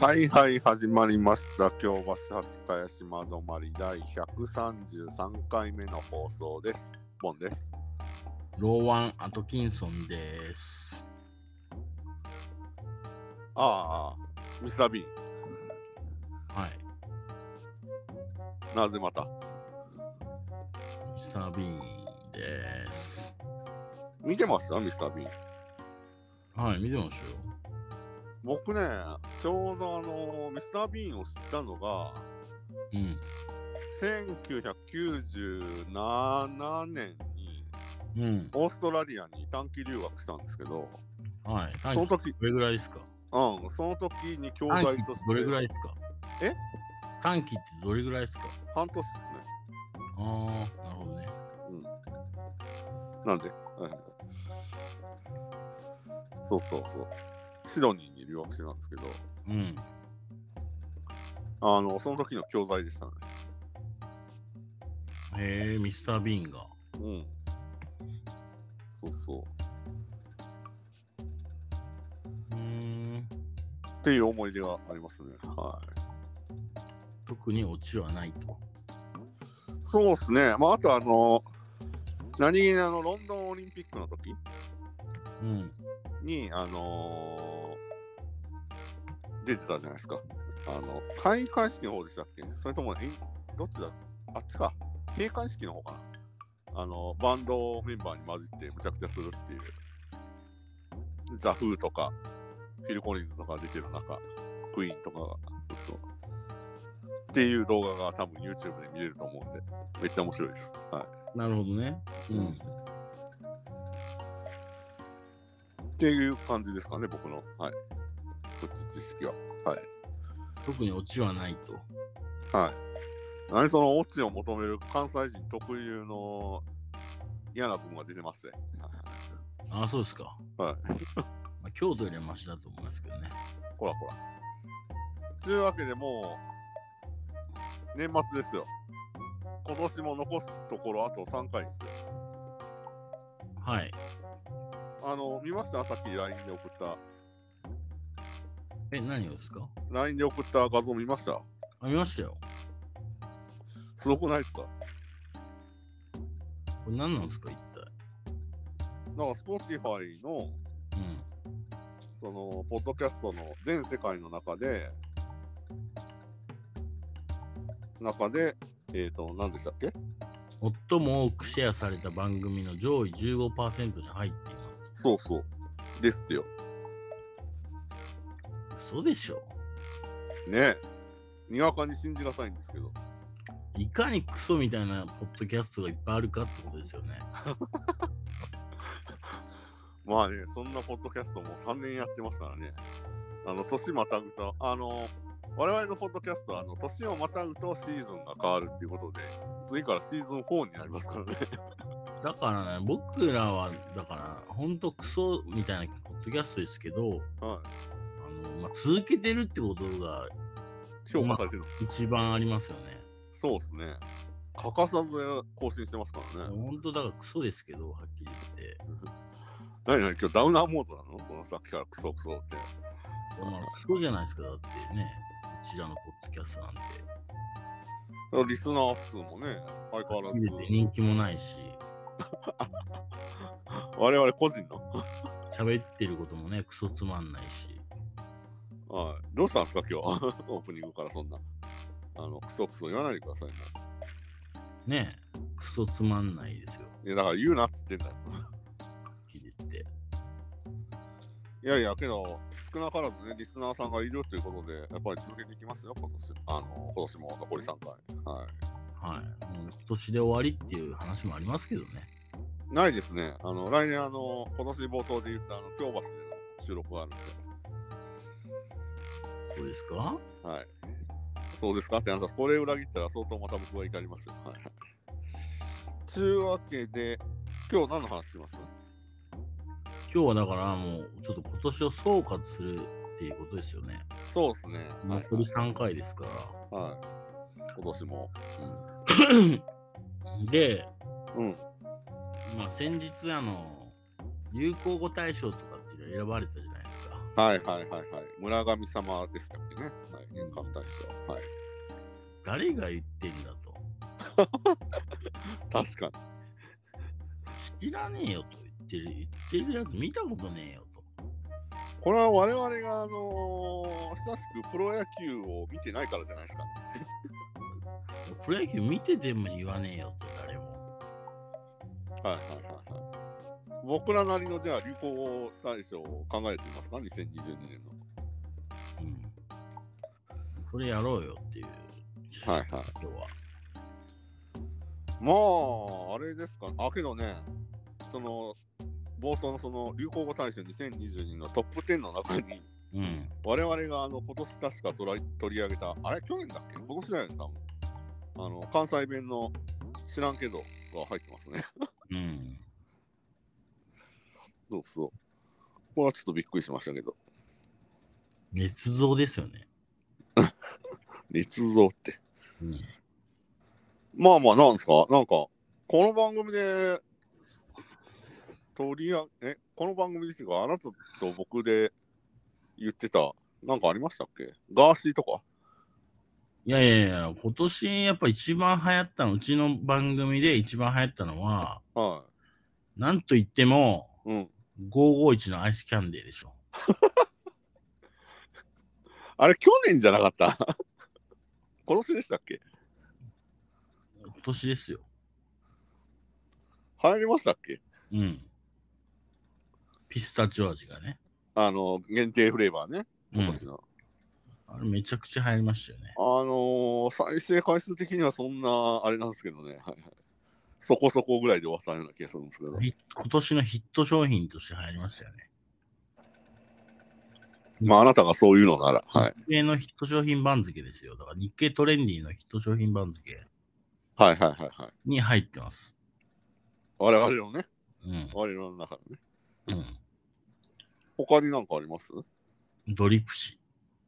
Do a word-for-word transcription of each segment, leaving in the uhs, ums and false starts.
はいはい、始まりました。京橋廿日屋島止まりだいひゃくさんじゅうさんかいめの放送です。ボンです。 ローワン・アトキンソンです。 ああ、ミスター・ビーン。 はい。 なぜまたミスター・ビーンです。 見てましたミスター・ビーン。 はい、見てましたよ。 僕ね、ちょうどあの、ミスター・ビーンを知ったのが、 うん。 せんきゅうひゃくきゅうじゅうななねんに、 うん。 オーストラリアに短期留学したんですけど、 はい。 その時、 どれぐらいですか？ うん、その時に教短期材として。 ってどれぐらいですか？ え短期ってどれぐらいですか？ 半年ですね。 ああ、なるほどね。 うん。なんで、うん、そうそうそう。シドニーに留学してたんですけど、 うん。 あの、その時の教材でしたね。 へえ、ミスター・ビーンが。 うん。そうそう。 うーん。 っていう思い出がありますね。はい。 特にオチはないと。 そうですね。まあ、あとあの、何気にあの、ロンドンオリンピックの時うん。 に、あのー出てたじゃないですか。あの、開会式の方でしたっけ？それとも、えどっちだ？あっちか。閉会式の方かな。あの、バンドメンバーに混じってむちゃくちゃするっていう。ザ・フーとか、フィル・コリンズとか出てる中、クイーンとかが、そうそう。っていう動画が多分 YouTube で見れると思うんで、めっちゃ面白いです。はい。 なるほどね。うん。うん、 っていう感じですかね、僕の。はい。こっち知識は。はい。 特にオチはないと。 はい。何そのオチを求める関西人特有の嫌な部分が出てますね。 ああ、そうですか。 はい。 まあ、京都よりはマシだと思いますけどね。 ほらほら。というわけでもう、年末ですよ。今年も残すところあとさんかいですよ。 はい。 あの、見ました？さっき ライン で送った。 え、何をですか？ ライン で送った画像見ました？ あ、見ましたよ。 すごくないですか？ これ何なんですか、一体。 なんか Spotify の、 うん。 その、ポッドキャストの全世界の中で、中で、えっと、何でしたっけ？ 最も多くシェアされた番組の上位 じゅうごパーセント に入っています。 そうそう。ですってよ。 嘘でしょ？ ねえ。にわかに信じがたいんですけど。 いかにクソみたいなポッドキャストがいっぱいあるかってことですよね。 まあね、そんなポッドキャストもさんねんやってますからね。あの、年またぐと、あの、我々のポッドキャストは、あの、年をまたぐとシーズンが変わるっていうことで、次からシーズンフォーになりますからね。 だからね、僕らは、だから、ほんとクソみたいなポッドキャストですけど、はい、あの、まあ、続けてるってことが、 評価されてるの、 まあ、一番ありますよね。 そうですね。欠かさず更新してますからね。 ほんとだからクソですけど、はっきり言って。 何何今日ダウナーモードなの？このさっきからクソクソって。 まあ、クソじゃないですか、だってね、うちらのポッドキャストなんて。 リスナー数もね、相変わらず。 人気もないし。 我々個人の喋ってることもね、クソつまんないし。 はい。どうしたんですか、今日。オープニングからそんな。あの、クソクソ言わないでくださいもう。ねえ、クソつまんないですよ。 いや、だから言うなっつってんだよ。 聞いてて。 いやいや、けど、少なからずね、リスナーさんがいるということで、やっぱり続けていきますよ、今年。あの、今年も残りさんかい。はい。 はい。もう今年で終わりっていう話もありますけどね。 ないですね。あの、来年、あの、今年冒頭で言った、あの、京橋での収録があるんで。 そうですか？ はい。そうですかってあなた、これ裏切ったら相当また僕は怒りますよ。はい。というわけで、今日何の話します？ 今日はだからもう、ちょっと今年を総括するっていうことですよね。 そうですね。 残りさんかいですから。 はい。今年も。 うん、で、 うん。 まあ先日あの、流行語大賞とかっていうの選ばれたじゃないですか。 はいはいはいはい。村神様でしたっけね。はい、年間大賞。はい。 誰が言ってんだと。 確かに。 知らねえよと言ってる、言ってるやつ見たことねえよと。 これは我々が、あのー、久しくプロ野球を見てないからじゃないですかね。 プロ野球見てても言わねえよと、誰も。 はいはいはいはい。僕らなりのじゃあ流行語大賞を考えてみますか、にせんにじゅうにねんの。 うん。それやろうよっていう。 はいはい。 今日は。 まあ、あれですか。あ、けどね、その、冒頭のその流行語大賞にせんにじゅうにのトップじゅうの中に、 うん、 我々があの今年確か取り取り上げた、あれ去年だっけ今年だよね、多分。あの、関西弁の知らんけどが入ってますね。 うん。 そうそう。これはちょっとびっくりしましたけど。 捏造ですよね。 捏造って。 うん、 まあまあ、なんですかなんか、この番組で、取り上げ、え、この番組ですが、あなたと僕で言ってた、なんかありましたっけガーシーとか。 いやいやいや、今年やっぱ一番流行ったの、うちの番組で一番流行ったのは、 はなんと言っても、 い。うん。 ごーごーいちのアイスキャンデーでしょ。 あれ、去年じゃなかった今年でしたっけ今年ですよ。 流行りましたっけうん。ピスタチオ味がね。 あの、限定フレーバーね。今年の。 うん、あれめちゃくちゃ流行りましたよね。 あのー、再生回数的にはそんな、あれなんですけどね。はいはい。そこそこぐらいで終わったような気がするんですけど。 今年のヒット商品として流行りましたよね。 まあ、あなたがそういうのなら。はい。 日経のヒット商品番付ですよ。だから日経トレンディのヒット商品番付はいはいはいはい。 に入ってます。 我々のね。 うん。 我々の中でね。 うん。 他になんかありますドリプシ。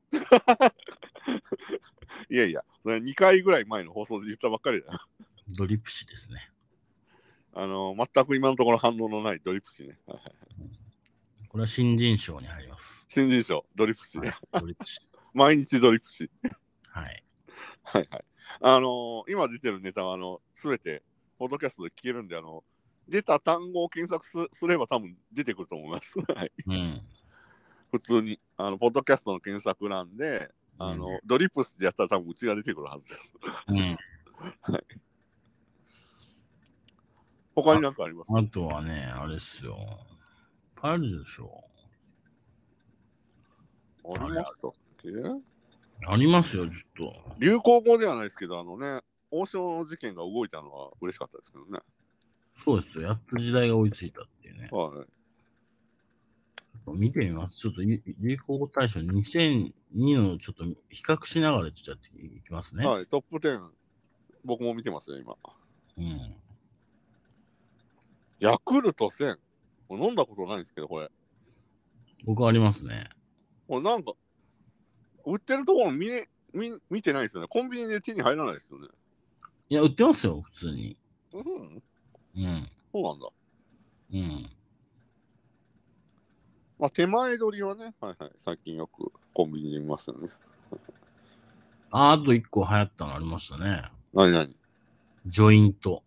いやいや、にかいぐらい前の放送で言ったばっかりだよ。 ドリプシですね。 あの、全く今のところ反応のないドリプシね。はいはい、 これは新人賞に入ります。 新人賞、ドリプシ。はい、 ドリプシ。 毎日ドリプシ。 はい。 はいはい。あのー、今出てるネタは、あの、すべて、ポッドキャストで聞けるんで、あの、出た単語を検索 す, すれば多分出てくると思います。はい。 うん。 普通に、あの、ポッドキャストの検索欄で、あの、うん、ドリプスでやったら多分うちが出てくるはずです。うん。はい。他に何かありますか？ あ, あとはね、あれっすよ。いっぱいあるでしょ。 ありましたっけ？ ありますよ、ちょっと。 流行語ではないですけど、あのね、王将の事件が動いたのは嬉しかったですけどね。 そうですよ。やっと時代が追いついたっていうね。 はい。 見てみます。ちょっと流行語大賞にせんにのちょっと比較しながらちょっとやっていきますね。 はい、トップじゅう、僕も見てますよ、今。 うん。 ヤクルトせん。飲んだことないんですけど、これ。 僕ありますね。 これなんか、売ってるところ見,、ね、見見てないですよね。コンビニで手に入らないですよね。 いや、売ってますよ、普通に。 うん。 うん。 そうなんだ。 うん。 まあ、手前取りはね、はいはい、最近よくコンビニで見ますよね。 あ、あと一個流行ったのありましたね。 何何ジョイント。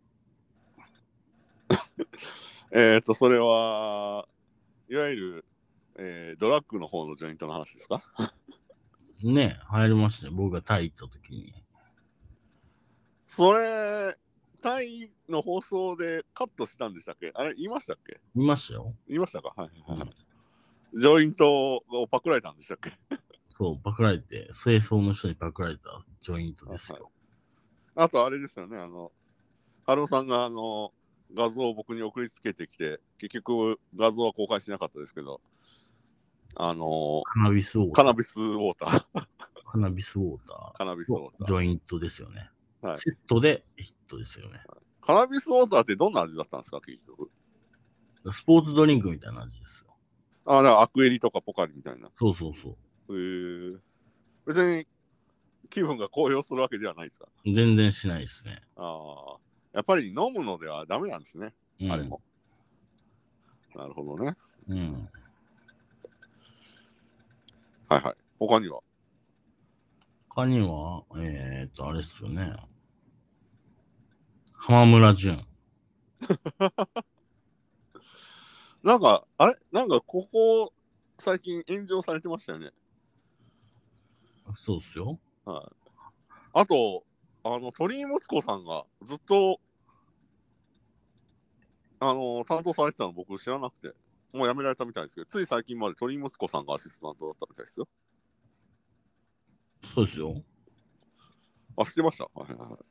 えっと、それは、いわゆる、えー、ドラッグの方のジョイントの話ですか？ ね、流行りましたね。僕がタイ行った時に。 それ、タイの放送でカットしたんでしたっけ？あれ、言いましたっけ？ 見ましたよ。 言いましたか？はいはいはい。うん、ジョイントをパクられたんでしたっけ？ そう、パクられて、清掃の人にパクられたジョイントですよ。 あ, あと、あれですよね、あの、ハローさんがあの画像を僕に送りつけてきて、結局画像は公開しなかったですけど、あのカナビスウォーター。 カナビスウォーター。 カナビスウォーター。 カナビスウォーター。 ジョイントですよね。 はい、 セットでヒットですよね。 カナビスウォーターってどんな味だったんですか、結局。 スポーツドリンクみたいな味ですよ。 ああ、だからアクエリとかポカリみたいな。 そうそうそう。 へえー。別に気分が高揚するわけではないですか？ 全然しないですね。 ああ、やっぱり飲むのではダメなんですね、うん、あれも。なるほどね。 うん。 はいはい。他には他には、えーっと、あれっすよね。浜村淳。 なんか、あれなんか、ここ、最近炎上されてましたよね。 そうっすよ。 はい。あと、あの、鳥居睦子さんがずっと、あの、担当されてたの僕知らなくて、もう辞められたみたいですけど、つい最近まで鳥居睦子さんがアシスタントだったみたいですよ。 そうですよ。 あ、知ってました。はいはいはい。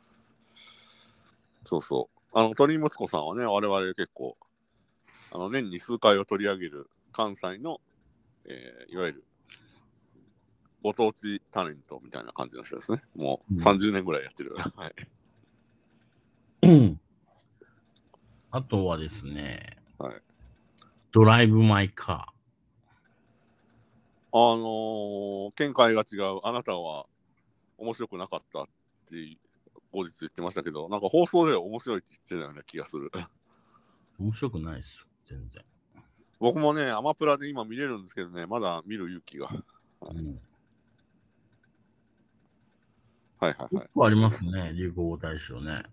そうそう。あの、鳥居睦子さんはね、我々結構、あの、年に数回を取り上げる関西の、えーいわゆるご当地タレントみたいな感じの人ですね。もうさんじゅうねんぐらいやってる。はい。 うん。あとはですね、 はい、 ドライブ・マイ・カあのー、見解が違う。あなたは面白くなかったって後日言ってましたけど、なんか放送では面白いって言ってたような気がする。 ー。面白くないですよ、全然。 僕もね、アマプラで今見れるんですけどね、まだ見る勇気が。はい、 うん、 はいはいはい。 結構ありますね、流行語大賞ね。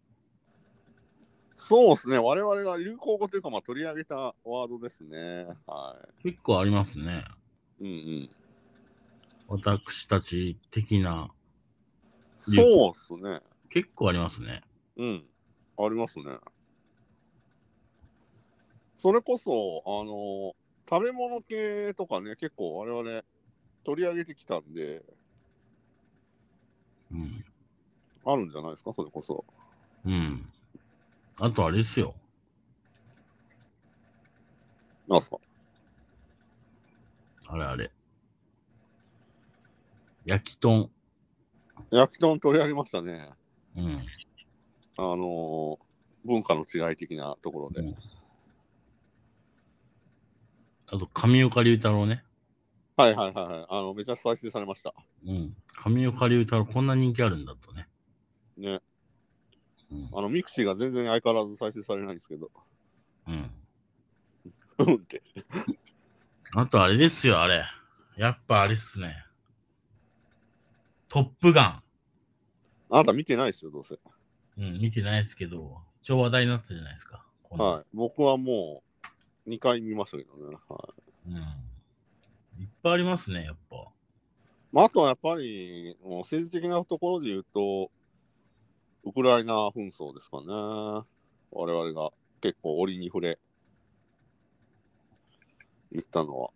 そうですね、我々が流行語というか、まあ、取り上げたワードですね。は結構ありますね。 い。うんうん。 私たち的な流行。 そうですね。 結構ありますね。 うん。ありますね。それこそ、あの、食べ物系とかね、結構我々取り上げてきたんで、 うん。 あるんじゃないですか、それこそ。 うん。あとあれですよ。 なんすか。 あれあれ。焼き豚。 焼き豚取り上げましたね。 うん。 あのー文化の違い的なところで。 うん、あと、上岡龍太郎ね。 はいはいはいはい。あの、めちゃ再生されました。 うん。上岡龍太郎、こんな人気あるんだとね。 ね。 うん。 あの、ミクシーが全然相変わらず再生されないんですけど。 うん。 うんって。 あとあれですよ、あれ。やっぱあれっすね。トップガあなた見てないですよ、どうせ。 ン。うん、見てないですけど、超話題になったじゃないですか。この。 はい。僕はもうにかい見ましたけどね。はい。 うん。いっぱいありますね、やっぱ。 まあ、あとはやっぱり、もう政治的なところで言うと、ウクライナ紛争ですかね。我々が結構折に触れ言ったのは。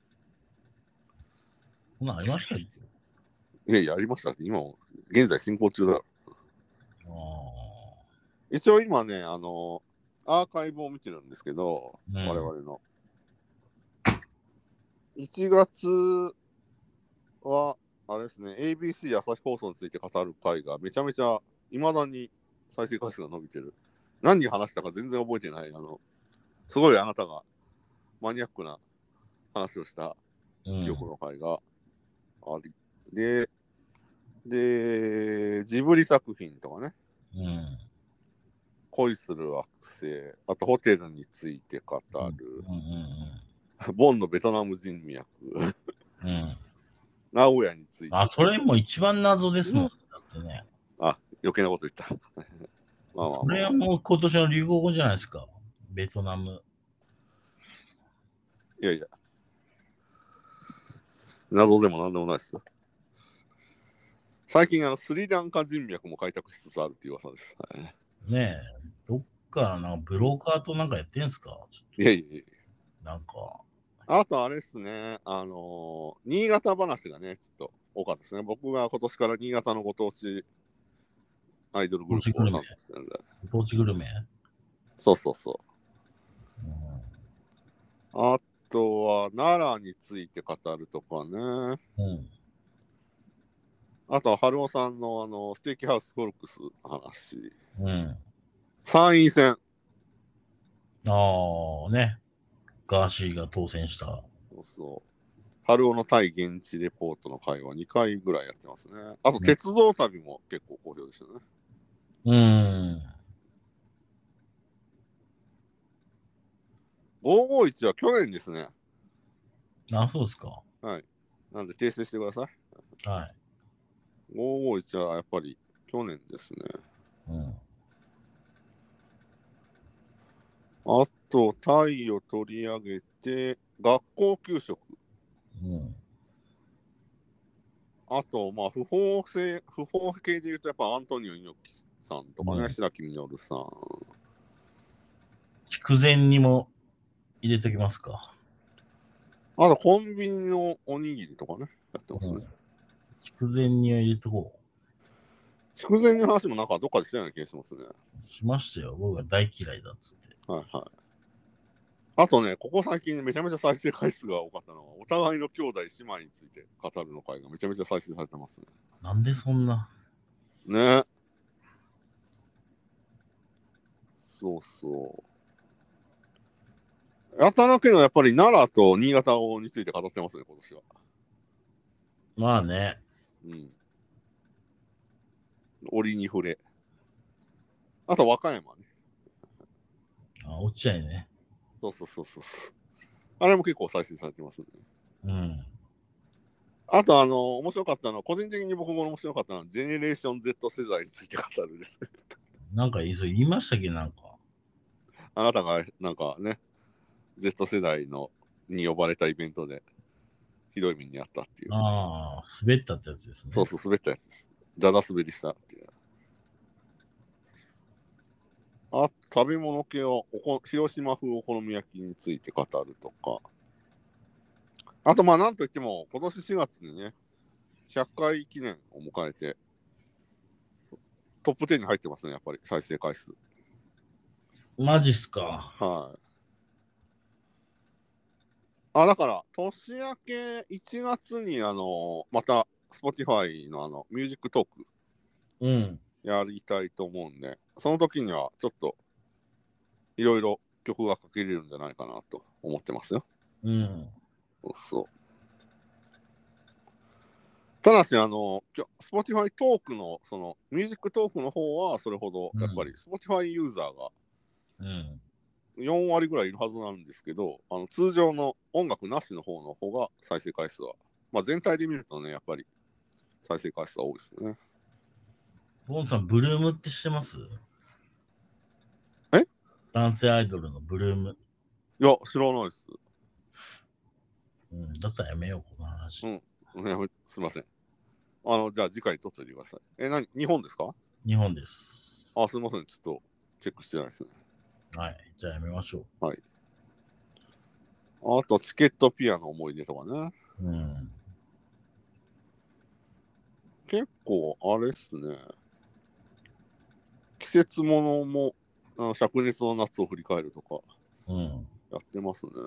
こんなんありましたっけ？ いやいや、ありましたって。今も、現在進行中だろ。 あ一応今ね、あの、アーカイブを見てるんですけど、 あ。うん。 我々の。いちがつは、あれですね、エービーシー 朝日放送について語る回がめちゃめちゃ、いまだに再生回数が伸びてる。何話したか全然覚えてない。あの、すごいあなたがマニアックな話をした記憶の回があり、で、で、ジブリ作品とかね、 うん。 恋する惑星、あとホテルについて語うん。 る、 うん。 ボンのベトナム人脈、 うん。うん。 名古屋についあ、 てそれも一番謎ですもん。 うん、 だってね。 あ、余計なこと言った。まあまあまあまあ。 それはもう今年の流行語じゃないですか。ベトナム。 いやいや、謎でもなんでもないですよ。最近あのスリランカ人脈も開拓しつつあるっていう噂です。はい、 ねえ。どっからなんかブローカーとなんかやってんすか？ちょっいやいやいや。 となんか。 あとあれですね、あのー、新潟話がね、ちょっと多かったですね。僕が今年から新潟のご当地アイドルグループをご当地グルメ。 担当してるんで。 ご当地グルメ。 そうそうそうん。 う。あとは奈良について語るとかね。 うん。 あとは春尾さんのあのステーキハウスフォルクスの話。 うん。 参院選。 ああ、ね。ガーシーが当選した。 そうそう。春尾の対現地レポートの会話にかいぐらいやってますね。あと、 ね、 鉄道旅も結構好評でしたね。 うーん。 ごーごーいちは去年ですね。 あ、そうですか。 はい。 なんで訂正してください。 はい。 ごーごーいちはやっぱり去年ですね。 うん。 あと、タイを取り上げて、学校給食。 うん。 あと、まあ、不法性、不法系で言うと、やっぱアントニオ猪木さんとかね、 うん白木稔さん。 筑前煮も入れときますか。 あと、コンビニのおにぎりとかね、やってますね。 うん。筑前煮を入れとこ筑前煮の話もなんかどっかでしたような気がしますね。 う。しましたよ。僕が大嫌いだっつって。 はいはい。あとね、ここ最近めちゃめちゃ再生回数が多かったのは、お互いの兄弟姉妹について語るの回がめちゃめちゃ再生されてますね。 なんでそんな。 ね。そうそう。やたらけどやっぱり奈良と新潟について語ってますね、今年は。 まあね。 うん。折に触れ。あと和歌山ね。 あ、落ち合いね。 そうそうそうそう。あれも結構再生されてますね。 うん。 あと、あの、面白かったのは、個人的に僕も面白かったのは、ジェネレーション Z 世代について語るです。 なんか言いそう言いましたっけ、なんか。 あなたが、なんかね、Z 世代のに呼ばれたイベントで、ひどい目にあったっていう。 ああ、滑ったってやつですね。 そうそう、滑ったやつです。だだ滑りしたっていう。あ、食べ物系はおこ、広島風お好み焼きについて語るとか。あと、まあ、なんといっても、今年しがつにね、ひゃっかい記念を迎えて、トップじゅうに入ってますね、やっぱり、再生回数。 マジっすか。 はい。あ、だから、年明けいちがつに、あの、また、Spotify のあの、ミュージックトークうん。 やりたいと思うんで、その時には、ちょっと、いろいろ曲がかけれるんじゃないかなと思ってますよ。 うん。 そうそう。ただし、あの、Spotify トークの、その、ミュージックトークの方は、それほど、やっぱり Spotify ユーザーがうん。 よんわりぐらいいるはずなんですけど、あの通常の音楽なしの方の方が再生回数は、まあ、全体で見るとね、やっぱり再生回数は多いですね。 ボンさん、ブルームって知ってます？ え男性アイドルのブルーム。 いや、知らないです。 うん。だったらやめよう、この話。 うん。すみません。あの、じゃあ次回撮っといてください。え、何日本ですか？ 日本です。 あ、すみません。ちょっとチェックしてないですね。 はい。じゃあやめましょう。はい。あと、チケットピアの思い出とかね。 う。うん。 結構、あれっすね。季節ものも、あの灼熱の夏を振り返るとか、 うん。 やってますね。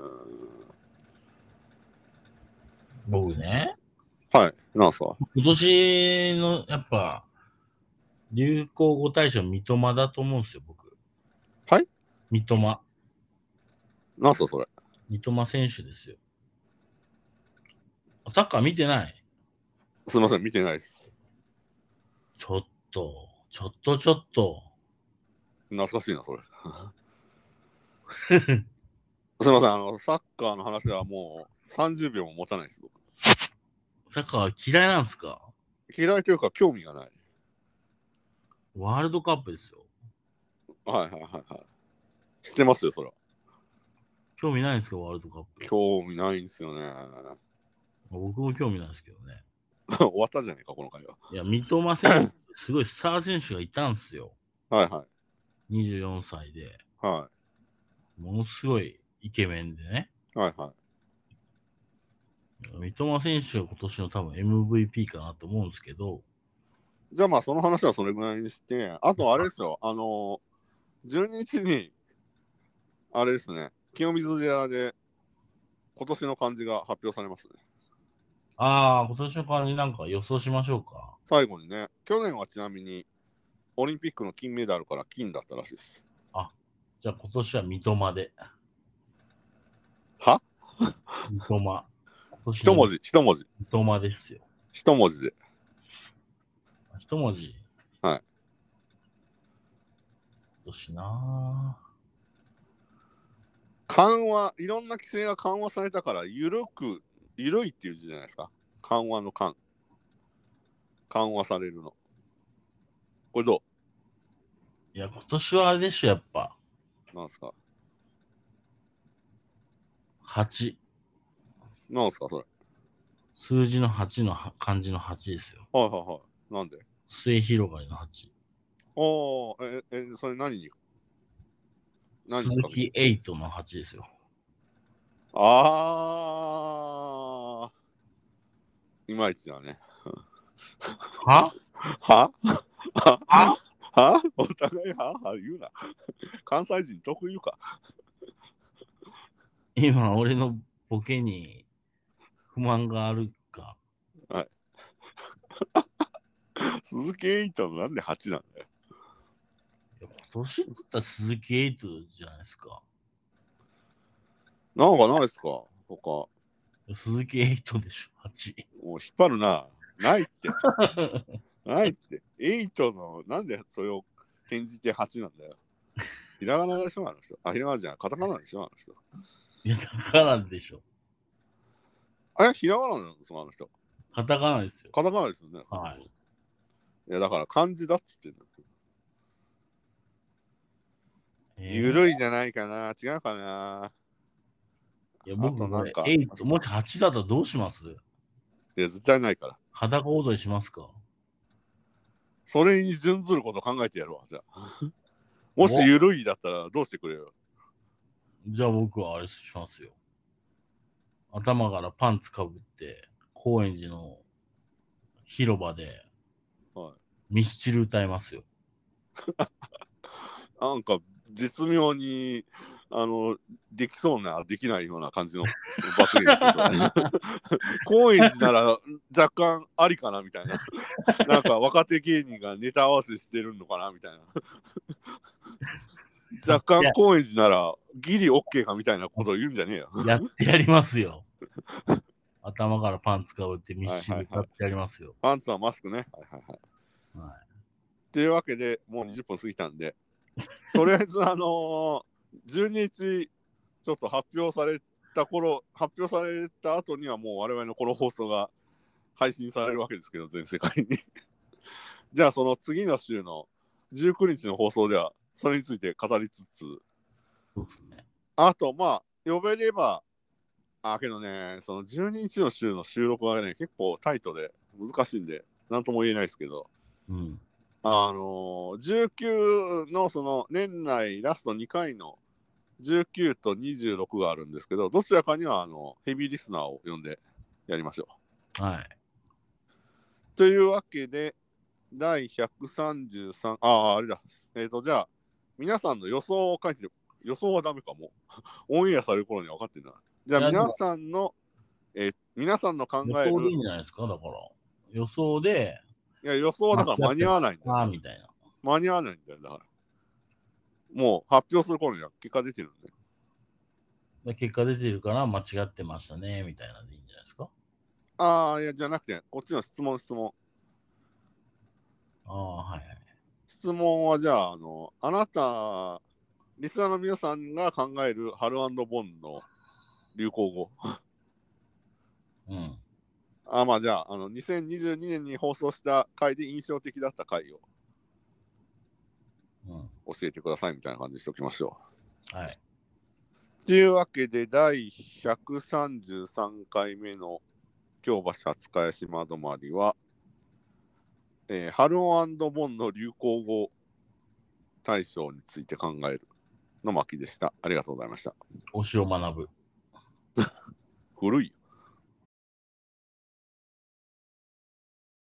僕ね。 はい。なんすか？ 今年の、やっぱ、流行語大賞、三笘だと思うんですよ、僕。 はい？ 三笘。 なんすか、それ。 三笘選手ですよ。サッカー見てない？ すみません、見てないです。 ちょっと、ちょっとちょっと。 懐かしいな、それ。すみません、あの、サッカーの話はもうさんじゅうびょうも持たないです、僕。 サッカー嫌いなんですか？ 嫌いというか、興味がない。 ワールドカップですよ。 はいはいはいはい。知ってますよ、それは。 興味ないんですか、ワールドカップ。 興味ないんですよね。 僕も興味ないですけどね。 終わったじゃねえか、この会話。 いや、三笘選手、すごいスター選手がいたんですよ。 はいはい。 にじゅうよんさいで。 はものすごいイケメンでね。 い。はいはい。 三笘選手は今年の多分 エムブイピー かなと思うんですけど。 じゃあまあ、その話はそれぐらいにして、あとあれですよ、あの、じゅうににちに、あれですね、清水寺で今年の漢字が発表されますね。 ああ、今年の漢字なんか予想しましょうか。 最後にね、去年はちなみにオリンピックの金メダルから金だったらしいです。 あ、じゃあ今年は三笘で。 は？ 三笘。 一文字、一文字。 三笘ですよ。 一文字で。 一文字。 はい。 今年な緩和、いろんな規制が緩和されたから、ゆるく、ゆるいっていう字じゃないですか。 緩和の緩。緩和されるの。これどいや、今年はあれでしょ、やっぱ。 うなんすかはち。 なんすかそれ。 数字のはちのは漢字のはちですよ。 はいはいはい。なんで末広がりのはち。 おー、え、え、それ何に何に鈴木エイトのはちですよ。 あー、いまいちだね。 はははははお互いはは言うな。関西人特有か。 今、俺のボケに不満があるか。 はい。鈴木エイトのなんではちなんだよ。 いや今年って言ったら鈴木エイトじゃないですか。 なんかないっすか他。 鈴木エイトでしょ、はち。 もう引っ張るな。ないって。ないって。エイトの、なんでそれを転じてはちなんだよ。ひらがなでしょあの人。あ、ひらがなじゃん。カタカナでしょあの人。 いや、だからでしょ。 あれひらがななんですかあの人。 カタカナですよ。 カタカナですよね。 はい。 いや、だから漢字だっつってんだ。 えー、 ゆるいじゃないかな。違うかな。 いや、 あ僕、これ、 となんか。 エイト、もしはちだったらどうします？ いや、絶対ないから。 裸踊りしますか？ それに準ずること考えてやるわ。じゃあ。もしゆるいだったらどうしてくれよ。 じゃあ僕はあれしますよ。頭からパンツかぶって、高円寺の広場で、 はい、 ミスチル歌いますよ。 なんか絶妙にあのできそうなできないような感じの罰ゲームですよ。高円寺なら若干ありかなみたいな。なんか若手芸人がネタ合わせしてるのかなみたいな。若干高円寺ならギリ OK かみたいなことを言うんじゃねえよ。 やってやりますよ。頭からパンツかぶってミスチル歌ってやりますよ。 はいはいはい、パンツはマスクね。はいはいはい。はい、というわけでもうにじゅっぷん過ぎたんで、とりあえずあのー、じゅうににちちょっと発表された頃、発表された後にはもう我々のこの放送が配信されるわけですけど、全世界に。じゃあその次の週のじゅうくにちの放送ではそれについて語りつつ、 そうですね。 あとまあ呼べれば、あけどね、そのじゅうににちの週の収録はね結構タイトで難しいんで何とも言えないですけど、 うん、 あのー、じゅうきゅうのその年内ラストにかいのじゅうきゅうとにじゅうろくがあるんですけど、どちらかにはあのヘビーリスナーを呼んでやりましょう。はい。 というわけで、だいひゃくさんじゅうさん、ああ、あれだ。えっ、ー、と、じゃあ、皆さんの予想を書いてる。予想はダメかも。オンエアされる頃には分かってるな。じゃあ、皆さんの、えー、皆さんの考える。 予想でいいんじゃないですか、だから。予想で。 いや、予想はだから間に合わないんだよ。 ああ、みたいな。 間に合わないんだよ、だから。もう発表する頃には結果出てるんだよ。 結果出てるから間違ってましたね、みたいなでいいんじゃないですか。 ああ、いや、じゃなくて、こっちの質問、質問。 ああ、はいはい。 質問はじゃあ、あの、あなた、リスナーの皆さんが考えるハル&ボンの流行語。 うん。 あ、まあじゃあ、あの、にせんにじゅうにねんに放送した回で印象的だった回を、うん、教えてくださいみたいな感じにしておきましょう。はい。 というわけで、だいひゃくさんじゅうさんかいめの京橋廿日市窓まりは、えー、ハル&ボンの流行語大賞について考えるの巻でした。ありがとうございました。 推しを学ぶ。 古いよ。